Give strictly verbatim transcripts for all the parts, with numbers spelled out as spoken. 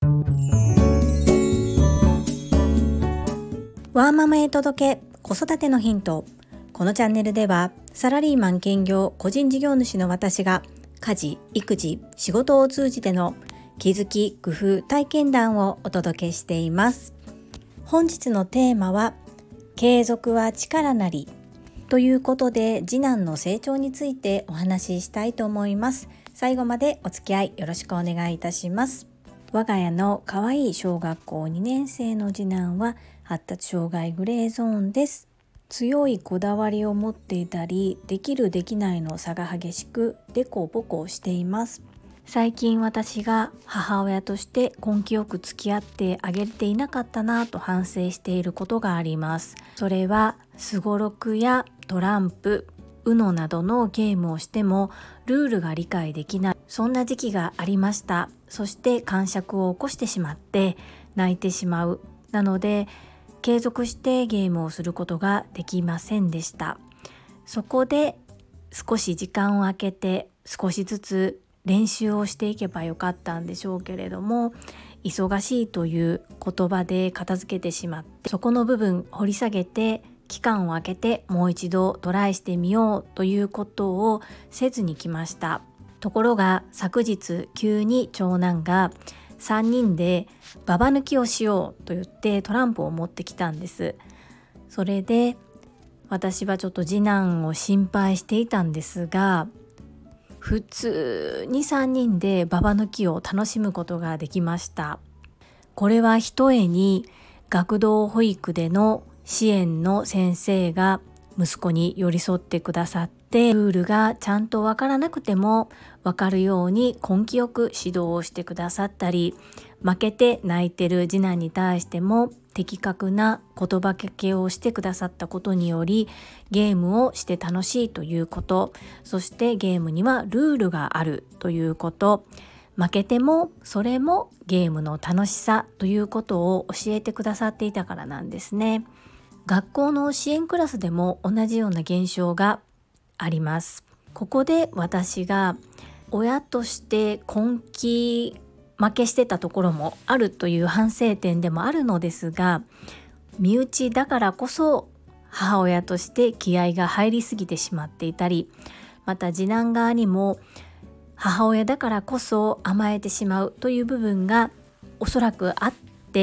ワーママへ届け子育てのヒント。このチャンネルではサラリーマン兼業個人事業主の私が家事、育児、仕事を通じての気づき、工夫、体験談をお届けしています。本日のテーマは継続は力なりということで、次男の成長についてお話ししたいと思います。最後までお付き合いよろしくお願いいたします。我が家の可愛い小学校にねん生の次男は発達障害グレーゾーンです。強いこだわりを持っていたり、できるできないの差が激しくデコボコしています。最近私が母親として根気よく付き合ってあげていなかったなと反省していることがあります。それはすごろくやトランプ、ウノなどのゲームをしてもルールが理解できない、そんな時期がありました。そして癇癪を起こしてしまって泣いてしまう。なので継続してゲームをすることができませんでした。そこで少し時間を空けて少しずつ練習をしていけばよかったんでしょうけれども、忙しいという言葉で片付けてしまって、そこの部分掘り下げて期間を空けてもう一度トライしてみようということをせずに来ました。ところが昨日急に長男がさんにんでババ抜きをしようと言ってトランプを持ってきたんです。それで私はちょっと次男を心配していたんですが、普通にさんにんでババ抜きを楽しむことができました。これはひとえに学童保育での支援の先生が息子に寄り添ってくださって、ルールがちゃんとわからなくてもわかるように根気よく指導をしてくださったり、負けて泣いてる次男に対しても的確な言葉かけをしてくださったことにより、ゲームをして楽しいということ、そしてゲームにはルールがあるということ、負けてもそれもゲームの楽しさということを教えてくださっていたからなんですね。学校の支援クラスでも同じような現象があります。ここで私が親として根気負けしてたところもあるという反省点でもあるのですが、身内だからこそ母親として気合が入りすぎてしまっていたり、また次男側にも母親だからこそ甘えてしまうという部分がおそらくあって、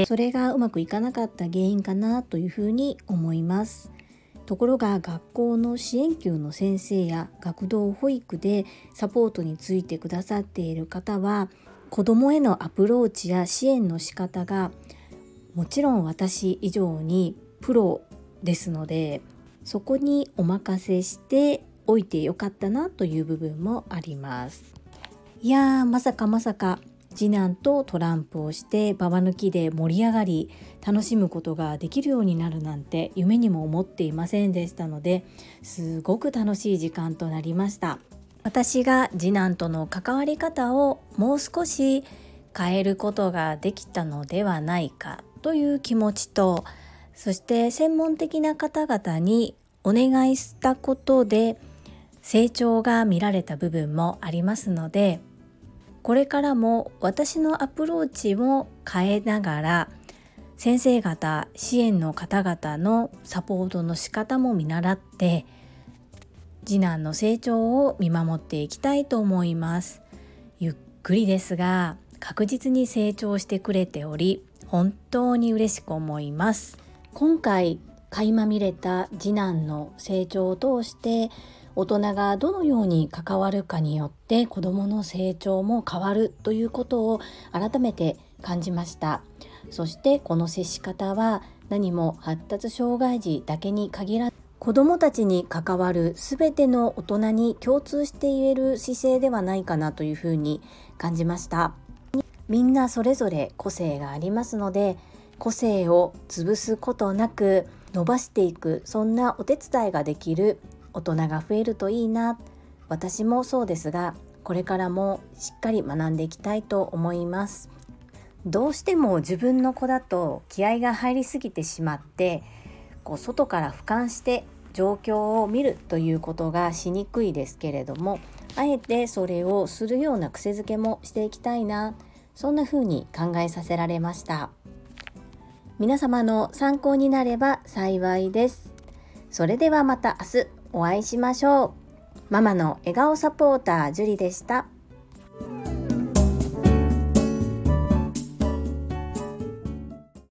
それがうまくいかなかった原因かなというふうに思います。ところが学校の支援級の先生や学童保育でサポートについてくださっている方は、子どもへのアプローチや支援の仕方がもちろん私以上にプロですので、そこにお任せしておいてよかったなという部分もあります。いやー、まさかまさか次男とトランプをしてババ抜きで盛り上がり楽しむことができるようになるなんて夢にも思っていませんでしたので、すごく楽しい時間となりました。私が次男との関わり方をもう少し変えることができたのではないかという気持ちと、そして専門的な方々にお願いしたことで成長が見られた部分もありますので、これからも私のアプローチを変えながら、先生方、支援の方々のサポートの仕方も見習って次男の成長を見守っていきたいと思います。ゆっくりですが確実に成長してくれており、本当に嬉しく思います。今回垣間見れた次男の成長を通して、大人がどのように関わるかによって子どもの成長も変わるということを改めて感じました。そしてこの接し方は何も発達障害児だけに限らず、子どもたちに関わるすべての大人に共通して言える姿勢ではないかなというふうに感じました。みんなそれぞれ個性がありますので、個性を潰すことなく伸ばしていく、そんなお手伝いができる大人が増えるといいな。私もそうですが、これからもしっかり学んでいきたいと思います。どうしても自分の子だと気合が入りすぎてしまって、こう外から俯瞰して状況を見るということがしにくいですけれども、あえてそれをするような癖づけもしていきたいな。 そんな風に考えさせられました。皆様の参考になれば幸いです。それではまた明日お会いしましょう。ママの笑顔サポータージュリでした。